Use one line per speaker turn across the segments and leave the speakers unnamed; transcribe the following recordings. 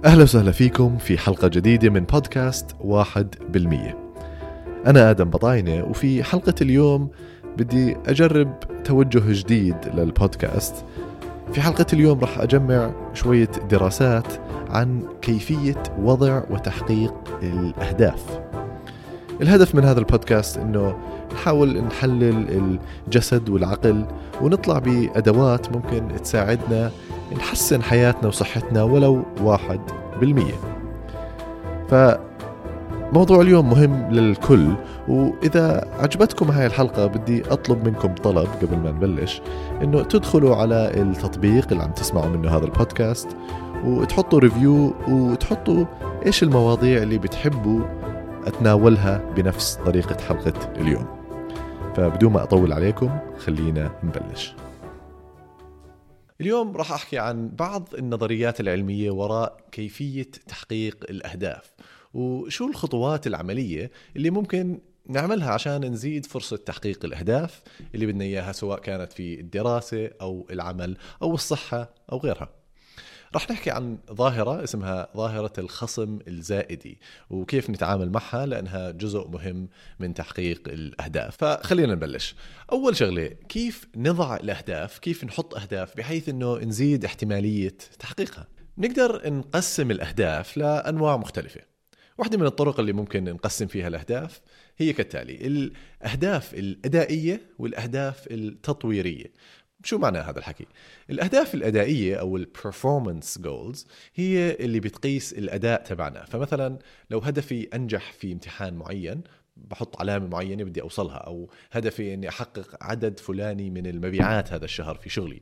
أهلا وسهلا فيكم في حلقة جديدة من بودكاست 1%. أنا آدم بطاينة، وفي حلقة اليوم بدي أجرب توجه جديد للبودكاست. في حلقة اليوم رح أجمع شوية دراسات عن كيفية وضع وتحقيق الأهداف. الهدف من هذا البودكاست إنه نحاول نحلل الجسد والعقل ونطلع بأدوات ممكن تساعدنا نحسن حياتنا وصحتنا ولو 1%. فموضوع اليوم مهم للكل، وإذا عجبتكم هاي الحلقة بدي أطلب منكم طلب قبل ما نبلش، إنه تدخلوا على التطبيق اللي عم تسمعوا منه هذا البودكاست وتحطوا ريفيو وتحطوا إيش المواضيع اللي بتحبوا أتناولها بنفس طريقة حلقة اليوم. فبدون ما أطول عليكم خلينا نبلش. اليوم راح أحكي عن بعض النظريات العلمية وراء كيفية تحقيق الأهداف، وشو الخطوات العملية اللي ممكن نعملها عشان نزيد فرصة تحقيق الأهداف اللي بدنا إياها، سواء كانت في الدراسة أو العمل أو الصحة أو غيرها. راح نحكي عن ظاهرة اسمها ظاهرة الخصم الزائدي وكيف نتعامل معها، لأنها جزء مهم من تحقيق الأهداف. فخلينا نبلش. أول شغلة، كيف نضع الأهداف، كيف نحط أهداف بحيث أنه نزيد احتمالية تحقيقها. نقدر نقسم الأهداف لأنواع مختلفة. واحدة من الطرق اللي ممكن نقسم فيها الأهداف هي كالتالي: الأهداف الأدائية والأهداف التطويرية. شو معنى هذا الحكي؟ الأهداف الأدائية أو البرفورمانس جولز هي اللي بتقيس الأداء تبعنا. فمثلا لو هدفي أنجح في امتحان معين، بحط علامة معينة بدي أوصلها، أو هدفي أني أحقق عدد فلاني من المبيعات هذا الشهر في شغلي.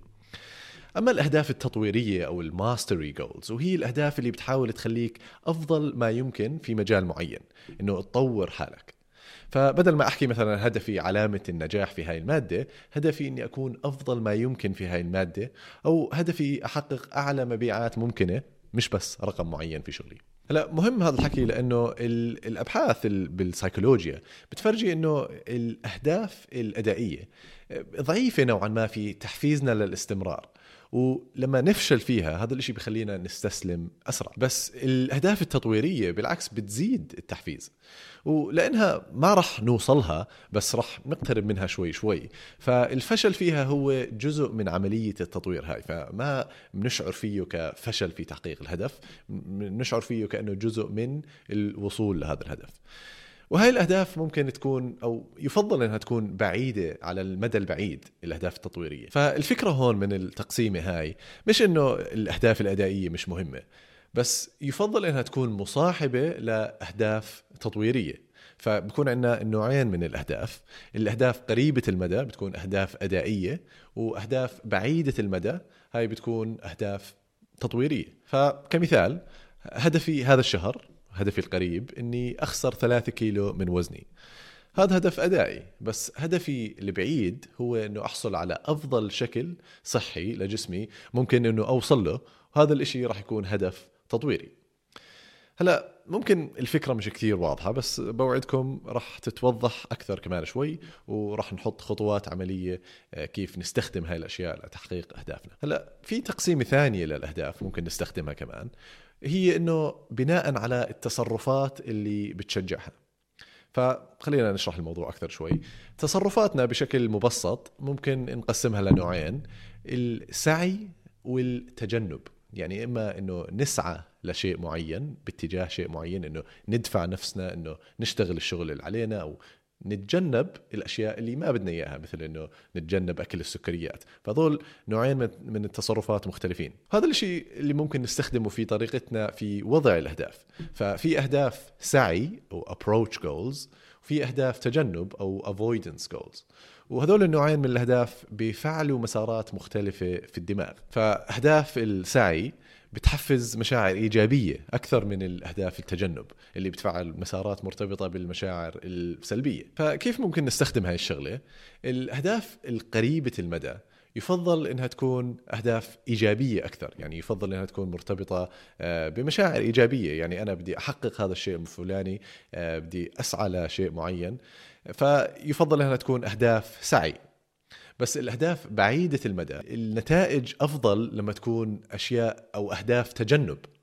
أما الأهداف التطويرية أو الماستري جولز، وهي الأهداف اللي بتحاول تخليك أفضل ما يمكن في مجال معين، إنه تطور حالك. فبدل ما أحكي مثلا هدفي علامة النجاح في هاي المادة، هدفي أني أكون أفضل ما يمكن في هاي المادة، أو هدفي أحقق أعلى مبيعات ممكنة، مش بس رقم معين في شغلي. هلا مهم هذا الحكي لأنه الأبحاث بالسيكولوجيا بتفرجي أنه الأهداف الأدائية ضعيفة نوعا ما في تحفيزنا للاستمرار، ولما نفشل فيها هذا الاشي بخلينا نستسلم أسرع. بس الأهداف التطويرية بالعكس بتزيد التحفيز، ولأنها ما رح نوصلها بس رح نقترب منها شوي شوي. فالفشل فيها هو جزء من عملية التطوير هاي، فما بنشعر فيه كفشل في تحقيق الهدف، بنشعر فيه كأنه جزء من الوصول لهذا الهدف. وهي الأهداف ممكن تكون أو يفضل أنها تكون بعيدة على المدى البعيد، الأهداف التطويرية. فالفكرة هون من التقسيمة هاي مش أنه الأهداف الأدائية مش مهمة، بس يفضل أنها تكون مصاحبة لأهداف تطويرية. فبكون عندنا النوعين من الأهداف: الأهداف قريبة المدى بتكون أهداف أدائية، وأهداف بعيدة المدى هاي بتكون أهداف تطويرية. فكمثال، هدفي هذا الشهر، هدفي القريب إني أخسر 3 كيلو من وزني، هذا هدف أدائي. بس هدفي البعيد هو إنه أحصل على أفضل شكل صحي لجسمي ممكن إنه أوصل له، وهذا الإشي راح يكون هدف تطويري. هلا ممكن الفكرة مش كثير واضحة، بس بوعدكم راح تتوضح أكثر كمان شوي، وراح نحط خطوات عملية كيف نستخدم هاي الأشياء لتحقيق أهدافنا. هلا في تقسيمة ثانية للأهداف ممكن نستخدمها كمان، هي إنه بناء على التصرفات اللي بتشجعها. فخلينا نشرح الموضوع أكثر شوي. تصرفاتنا بشكل مبسط ممكن نقسمها لنوعين: السعي والتجنب. يعني إما إنه نسعى لشيء معين باتجاه شيء معين، إنه ندفع نفسنا إنه نشتغل الشغل اللي علينا، أو نتجنب الأشياء اللي ما بدنا إياها، مثل إنه نتجنب أكل السكريات. فهذول نوعين من التصرفات مختلفين. هذا الشيء اللي ممكن نستخدمه في طريقتنا في وضع الأهداف. ففي أهداف سعي أو approach goals، وفي أهداف تجنب أو avoidance goals. وهذول النوعين من الأهداف بيفعلوا مسارات مختلفة في الدماغ. فأهداف السعي بتحفز مشاعر إيجابية أكثر من الأهداف التجنب اللي بتفعل مسارات مرتبطة بالمشاعر السلبية. فكيف ممكن نستخدم هاي الشغلة؟ الأهداف القريبة المدى يفضل إنها تكون أهداف إيجابية أكثر، يعني يفضل إنها تكون مرتبطة بمشاعر إيجابية. يعني أنا بدي أحقق هذا الشيء الفلاني، بدي أسعى لشيء معين، فيفضل إنها تكون أهداف سعي. بس الأهداف بعيدة المدى النتائج أفضل لما تكون أشياء أو أهداف تجنب.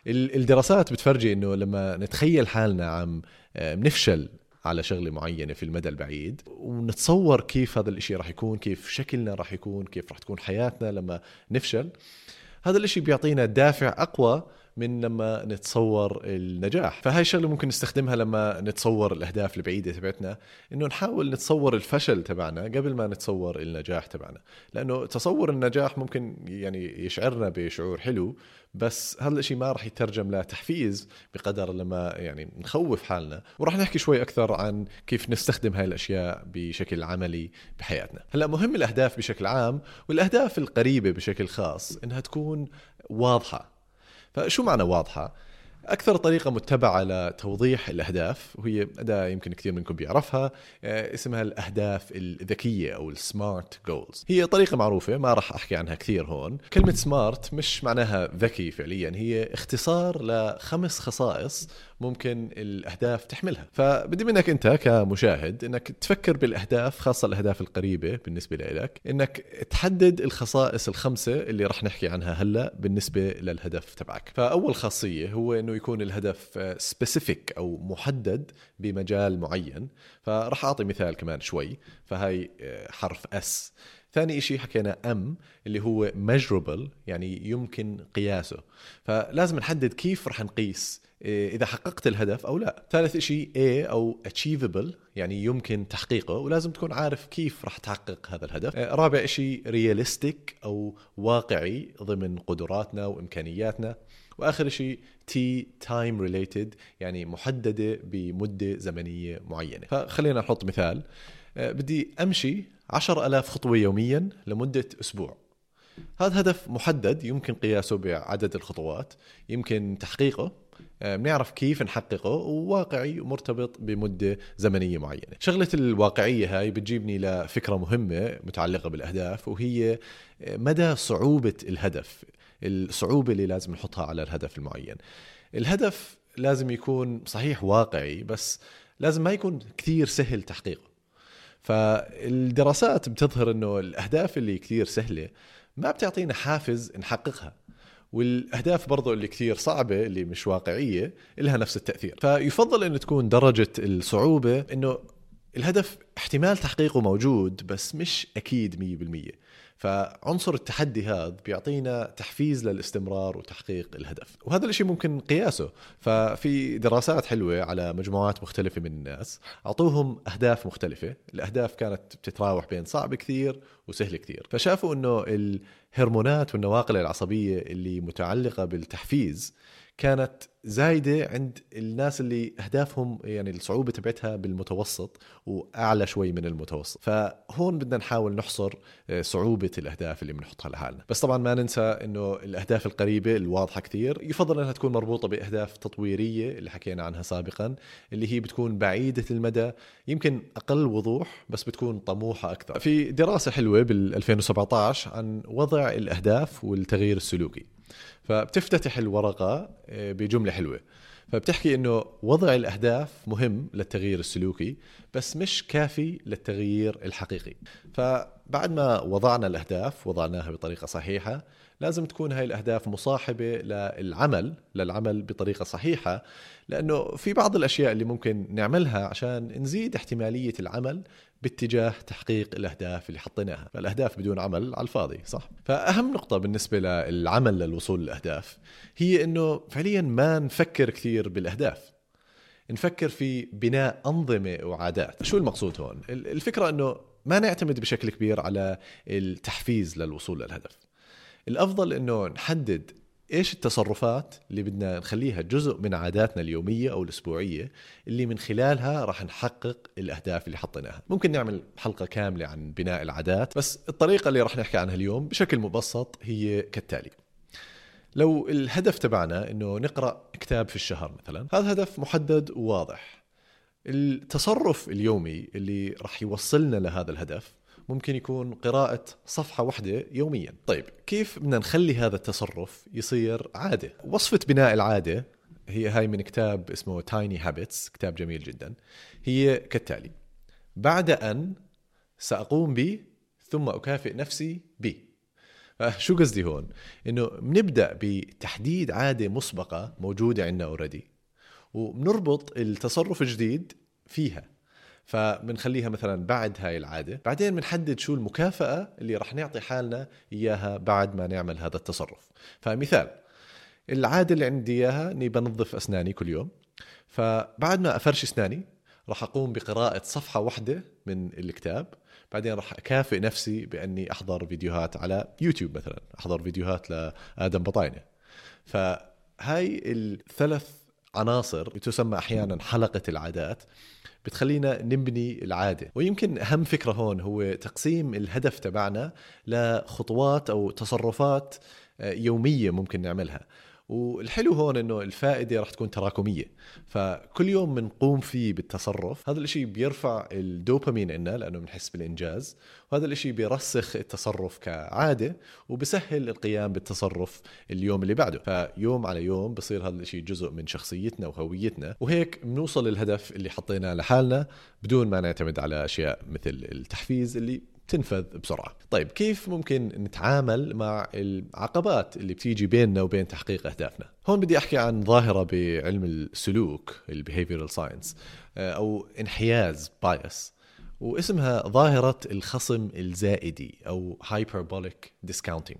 الدراسات بتفرجي انه لما نتخيل حالنا عم نفشل على شغلة معينة في المدى البعيد، ونتصور كيف هذا الاشي راح يكون، كيف شكلنا راح يكون، كيف راح تكون حياتنا لما نفشل، هذا الاشي بيعطينا دافع اقوى من لما نتصور النجاح. فهاي الشغله ممكن نستخدمها لما نتصور الاهداف البعيده تبعتنا، انه نحاول نتصور الفشل تبعنا قبل ما نتصور النجاح تبعنا، لانه تصور النجاح ممكن يعني يشعرنا بشعور حلو، بس هذا الشيء ما راح يترجم لتحفيز بقدر لما يعني نخوف حالنا. وراح نحكي شوي اكثر عن كيف نستخدم هاي الاشياء بشكل عملي بحياتنا. هلا مهم الاهداف بشكل عام والاهداف القريبه بشكل خاص انها تكون واضحه. فشو معنى واضحة؟ أكثر طريقة متبعة لتوضيح الأهداف، وهي أداة يمكن كثير منكم بيعرفها، اسمها الأهداف الذكية أو السمارت جولز. هي طريقة معروفة ما راح أحكي عنها كثير هون. كلمة سمارت مش معناها ذكي فعليا، هي اختصار ل5 خصائص ممكن الأهداف تحملها. فبدي منك أنت كمشاهد أنك تفكر بالأهداف، خاصة الأهداف القريبة بالنسبة لك، أنك تحدد الخصائص ال5 اللي راح نحكي عنها هلأ بالنسبة للهدف تبعك. فأول خاصية هو أنه يكون الهدف specific أو محدد بمجال معين. فراح أعطي مثال كمان شوي. فهاي حرف S. ثاني إشي حكينا M اللي هو measurable، يعني يمكن قياسه. فلازم نحدد كيف رح نقيس إذا حققت الهدف أو لا. ثالث إشي A أو achievable، يعني يمكن تحقيقه، ولازم تكون عارف كيف رح تحقق هذا الهدف. رابع إشي realistic أو واقعي ضمن قدراتنا وإمكانياتنا. وآخر شيء T time related، يعني محددة بمدة زمنية معينة. فخلينا نحط مثال. بدي أمشي 10,000 خطوة يوميا لمدة أسبوع. هذا هدف محدد يمكن قياسه بعدد الخطوات، يمكن تحقيقه، بنعرف كيف نحققه، وواقعي ومرتبط بمدة زمنية معينة. شغلة الواقعية هاي بتجيبني لفكرة مهمة متعلقة بالأهداف، وهي مدى صعوبة الهدف، الصعوبة اللي لازم نحطها على الهدف المعين. الهدف لازم يكون صحيح واقعي، بس لازم ما يكون كثير سهل تحقيقه. فالدراسات بتظهر انه الاهداف اللي كثير سهلة ما بتعطينا حافز نحققها، والأهداف برضو اللي كثير صعبة اللي مش واقعية لها نفس التأثير. فيفضل أن تكون درجة الصعوبة أنه الهدف احتمال تحقيقه موجود بس مش أكيد 100%. فعنصر التحدي هذا بيعطينا تحفيز للاستمرار وتحقيق الهدف، وهذا الشيء ممكن قياسه. ففي دراسات حلوة على مجموعات مختلفة من الناس، أعطوهم أهداف مختلفة. الأهداف كانت بتتراوح بين صعب كثير وسهل كثير. فشافوا أنه الهرمونات والنواقل العصبية اللي متعلقة بالتحفيز كانت زايدة عند الناس اللي أهدافهم يعني الصعوبة تبعتها بالمتوسط وأعلى شوي من المتوسط. فهون بدنا نحاول نحصر صعوبة الأهداف اللي بنحطها لحالنا. بس طبعا ما ننسى أنه الأهداف القريبة الواضحة كثير يفضل أنها تكون مربوطة بأهداف تطويرية اللي حكينا عنها سابقا، اللي هي بتكون بعيدة المدى، يمكن أقل وضوح بس بتكون طموحة أكثر. في دراسة حلوة بال2017 عن وضع الأهداف والتغيير السلوكي، فبتفتتح الورقة بجملة حلوة. فبتحكي إنه وضع الأهداف مهم للتغيير السلوكي بس مش كافي للتغيير الحقيقي. فبعد ما وضعنا الأهداف وضعناها بطريقة صحيحة، لازم تكون هاي الأهداف مصاحبة للعمل بطريقة صحيحة، لأنه في بعض الأشياء اللي ممكن نعملها عشان نزيد احتمالية العمل باتجاه تحقيق الأهداف اللي حطيناها. فالأهداف بدون عمل على الفاضي، صح؟ فأهم نقطة بالنسبة للعمل للوصول للأهداف هي إنه فعليا ما نفكر كثير بالأهداف، نفكر في بناء أنظمة وعادات. شو المقصود هون؟ الفكرة إنه ما نعتمد بشكل كبير على التحفيز للوصول للهدف. الأفضل إنه نحدد إيش التصرفات اللي بدنا نخليها جزء من عاداتنا اليومية أو الأسبوعية اللي من خلالها راح نحقق الأهداف اللي حطيناها. ممكن نعمل حلقة كاملة عن بناء العادات، بس الطريقة اللي راح نحكي عنها اليوم بشكل مبسط هي كالتالي. لو الهدف تبعنا إنه نقرأ كتاب في الشهر مثلا، هذا هدف محدد وواضح. التصرف اليومي اللي راح يوصلنا لهذا الهدف ممكن يكون قراءة صفحة واحدة يوميا. طيب كيف بدنا نخلي هذا التصرف يصير عادة؟ وصفة بناء العادة هي هاي من كتاب اسمه Tiny Habits، كتاب جميل جدا. هي كالتالي: بعد أن سأقوم ب ثم أكافئ نفسي ب. شو قصدي هون؟ إنه بنبدأ بتحديد عادة مسبقة موجودة عندنا أوريدي، وبنربط التصرف الجديد فيها. فبنخليها مثلا بعد هاي العادة، بعدين بنحدد شو المكافأة اللي رح نعطي حالنا إياها بعد ما نعمل هذا التصرف. فمثال، العادة اللي عندي إياها إني بنظف أسناني كل يوم، فبعد ما أفرش أسناني رح أقوم بقراءة صفحة واحدة من الكتاب، بعدين رح أكافئ نفسي بأني أحضر فيديوهات على يوتيوب، مثلا أحضر فيديوهات لآدم بطاينة. فهاي الثلاث عناصر تسمى أحيانا حلقة العادات، بتخلينا نبني العادة. ويمكن أهم فكرة هون هو تقسيم الهدف تبعنا لخطوات أو تصرفات يومية ممكن نعملها. والحلو هون انه الفائدة رح تكون تراكمية، فكل يوم بنقوم فيه بالتصرف، هذا الاشي بيرفع الدوبامين عنا لانه بنحس بالانجاز، وهذا الاشي بيرسخ التصرف كعادة وبسهل القيام بالتصرف اليوم اللي بعده. فيوم على يوم بصير هذا الاشي جزء من شخصيتنا وهويتنا، وهيك بنوصل للهدف اللي حطيناه لحالنا بدون ما نعتمد على اشياء مثل التحفيز اللي تنفذ بسرعة. طيب كيف ممكن نتعامل مع العقبات اللي بتيجي بيننا وبين تحقيق أهدافنا؟ هون بدي أحكي عن ظاهرة بعلم السلوك behavioral science، أو انحياز bias، واسمها ظاهرة الخصم الزائدي أو hyperbolic discounting.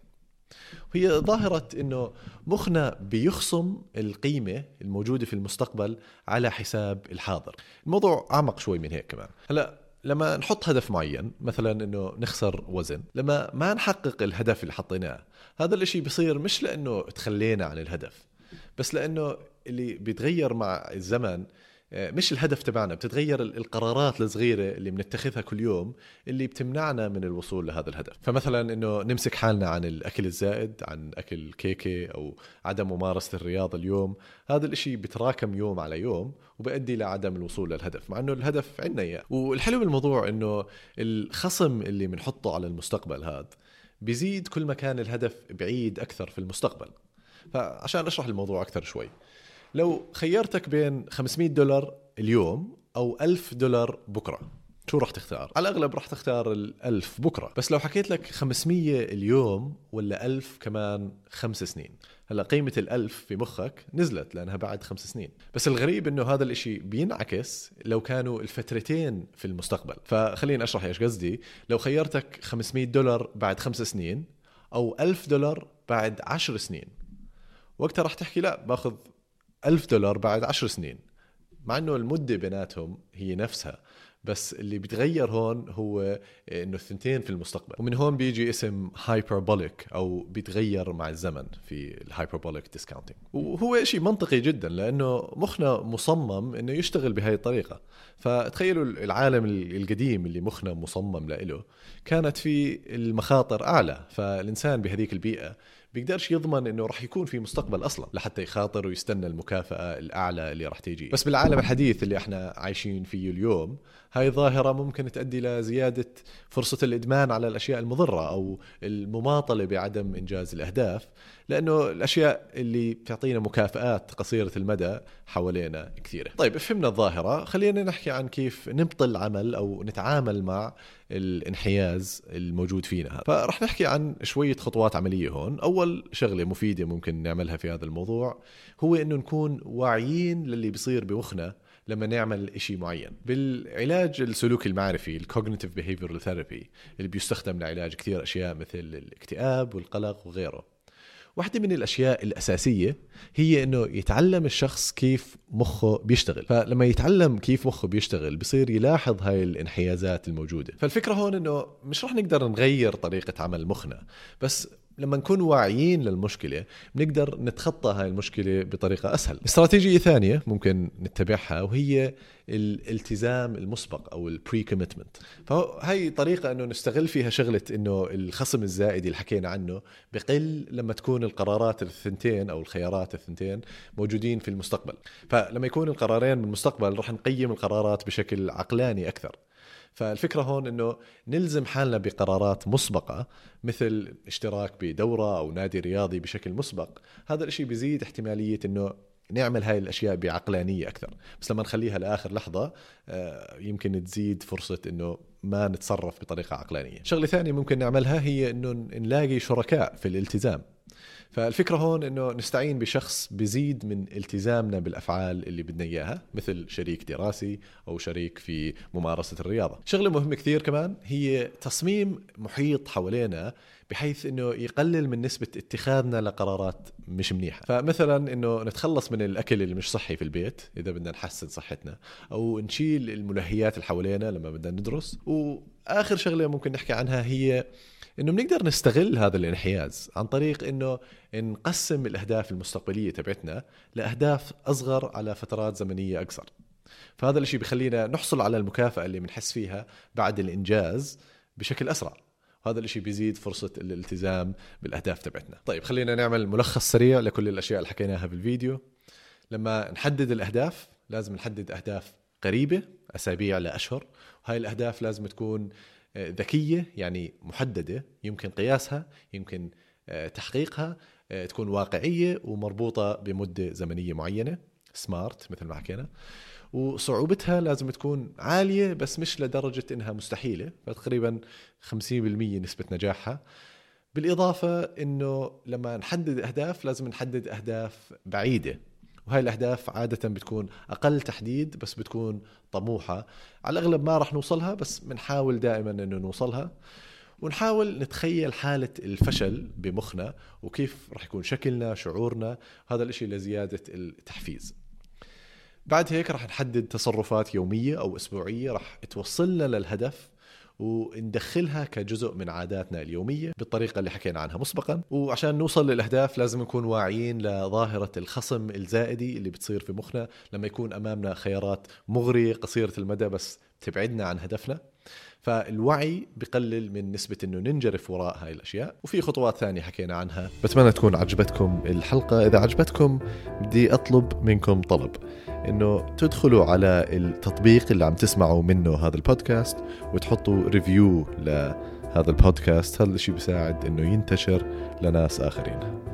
هي ظاهرة إنه مخنا بيخصم القيمة الموجودة في المستقبل على حساب الحاضر. الموضوع أعمق شوي من هيك كمان. هلأ لما نحط هدف معين، مثلا انه نخسر وزن، لما ما نحقق الهدف اللي حطيناه، هذا الاشي بيصير مش لانه تخلينا عن الهدف، بس لانه اللي بيتغير مع الزمن مش الهدف تبعنا، بتتغير القرارات الصغيرة اللي بنتخذها كل يوم اللي بتمنعنا من الوصول لهذا الهدف. فمثلا انه نمسك حالنا عن الاكل الزائد، عن اكل كيكة، او عدم ممارسة الرياضة اليوم، هذا الاشي بتراكم يوم على يوم وبيؤدي لعدم الوصول للهدف، مع انه الهدف عندنا اياه. والحلو بالموضوع انه الخصم اللي بنحطه على المستقبل هذا بيزيد كل ما كان الهدف بعيد اكثر في المستقبل. فعشان اشرح الموضوع اكثر شوي، لو خيرتك بين $500 اليوم أو $1000 بكرة، شو رح تختار؟ على الأغلب رح تختار $1000 بكرة. بس لو حكيت لك 500 اليوم ولا 1000 كمان 5 سنين، هلا قيمة ال1000 في مخك نزلت لأنها بعد 5 سنين. بس الغريب إنه هذا الإشي بينعكس لو كانوا الفترتين في المستقبل. فخليني أشرح إيش قصدي. لو خيرتك $500 بعد 5 سنين أو $1000 بعد 10 سنين، وقتها رح تحكي لا، باخذ $1000 بعد 10 سنين، مع انه المدة بيناتهم هي نفسها، بس اللي بيتغير هون هو انه الثنتين في المستقبل. ومن هون بيجي اسم هايبربوليك، او بيتغير مع الزمن في الهايبربوليك ديسكاونتينج. وهو شيء منطقي جدا لانه مخنا مصمم انه يشتغل بهاي الطريقة. فتخيلوا العالم القديم اللي مخنا مصمم له كانت فيه المخاطر اعلى، فالانسان بهذيك البيئة بيقدرش يضمن انه رح يكون في مستقبل اصلا لحتى يخاطر ويستنى المكافأة الاعلى اللي رح تيجي. بس بالعالم الحديث اللي احنا عايشين فيه اليوم، هاي ظاهرة ممكن تؤدي لزيادة فرصة الادمان على الاشياء المضرة او المماطلة بعدم انجاز الاهداف، لانه الاشياء اللي بتعطينا مكافآت قصيرة المدى حوالينا كثيرة. طيب فهمنا الظاهرة، خلينا نحكي عن كيف نبطل عمل او نتعامل مع الانحياز الموجود فينا هذا. فرح نحكي عن شوية خطوات عملية هون. أول شغلة مفيدة ممكن نعملها في هذا الموضوع هو إنه نكون واعيين للي بيصير بمخنا لما نعمل إشي معين. بالعلاج السلوكي المعرفي Cognitive Behavioral Therapy اللي بيستخدم لعلاج كثير أشياء مثل الاكتئاب والقلق وغيره، واحدة من الأشياء الأساسية هي إنه يتعلم الشخص كيف مخه بيشتغل. فلما يتعلم كيف مخه بيشتغل بصير يلاحظ هاي الانحيازات الموجودة. فالفكرة هون إنه مش رح نقدر نغير طريقة عمل مخنا، بس لما نكون واعيين للمشكلة بنقدر نتخطى هاي المشكلة بطريقة أسهل. استراتيجية ثانية ممكن نتبعها وهي الالتزام المسبق أو البري كوميتمنت. فهي طريقة أنه نستغل فيها شغلة أنه الخصم الزائد اللي حكينا عنه بقل لما تكون القرارات الثنتين أو الخيارات الثنتين موجودين في المستقبل. فلما يكون القرارين من المستقبل رح نقيم القرارات بشكل عقلاني أكثر. فالفكرة هون إنه نلزم حالنا بقرارات مسبقة، مثل اشتراك بدورة أو نادي رياضي بشكل مسبق. هذا الاشي بيزيد احتمالية إنه نعمل هاي الأشياء بعقلانية أكثر. بس لما نخليها لآخر لحظة يمكن تزيد فرصة إنه ما نتصرف بطريقة عقلانية. شغلة ثانية ممكن نعملها هي إنه نلاقي شركاء في الالتزام. فالفكرة هون إنه نستعين بشخص بيزيد من التزامنا بالأفعال اللي بدنا إياها، مثل شريك دراسي أو شريك في ممارسة الرياضة. شغلة مهمة كثير كمان هي تصميم محيط حوالينا بحيث إنه يقلل من نسبة اتخاذنا لقرارات مش منيحة. فمثلا إنه نتخلص من الأكل اللي مش صحي في البيت إذا بدنا نحسن صحتنا، أو نشيل الملهيات اللي حوالينا لما بدنا ندرس. وآخر شغلة ممكن نحكي عنها هي إنه بنقدر نستغل هذا الانحياز عن طريق إنه نقسم الأهداف المستقبلية تبعتنا لأهداف أصغر على فترات زمنية أقصر. فهذا الشيء بيخلينا نحصل على المكافأة اللي بنحس فيها بعد الإنجاز بشكل أسرع. هذا الشيء بيزيد فرصة الالتزام بالأهداف تبعتنا. طيب خلينا نعمل ملخص سريع لكل الأشياء اللي حكيناها بالفيديو. لما نحدد الأهداف لازم نحدد أهداف قريبة، أسابيع لأشهر، وهاي الأهداف لازم تكون ذكية، يعني محددة، يمكن قياسها، يمكن تحقيقها، تكون واقعية ومربوطة بمدة زمنية معينة، سمارت مثل ما حكينا. وصعوبتها لازم تكون عالية بس مش لدرجة إنها مستحيلة، فتقريبا 50% نسبة نجاحها. بالإضافة إنه لما نحدد أهداف لازم نحدد أهداف بعيدة، وهاي الأهداف عادة بتكون أقل تحديد بس بتكون طموحة. على الأغلب ما رح نوصلها بس بنحاول دائما إنه نوصلها، ونحاول نتخيل حالة الفشل بمخنا وكيف رح يكون شكلنا، شعورنا. هذا الاشي لزيادة التحفيز. بعد هيك رح نحدد تصرفات يومية أو أسبوعية رح توصلنا للهدف وندخلها كجزء من عاداتنا اليومية بالطريقة اللي حكينا عنها مسبقا. وعشان نوصل للأهداف لازم نكون واعيين لظاهرة الخصم الزائدي اللي بتصير في مخنا لما يكون أمامنا خيارات مغرية قصيرة المدى بس تبعدنا عن هدفنا. فالوعي بقلل من نسبة إنه ننجرف وراء هاي الأشياء. وفي خطوات ثانية حكينا عنها. بتمنى تكون عجبتكم الحلقة. إذا عجبتكم بدي أطلب منكم طلب، إنه تدخلوا على التطبيق اللي عم تسمعوا منه هذا البودكاست وتحطوا ريفيو لهذا البودكاست. هذا الشيء بيساعد إنه ينتشر لناس آخرين.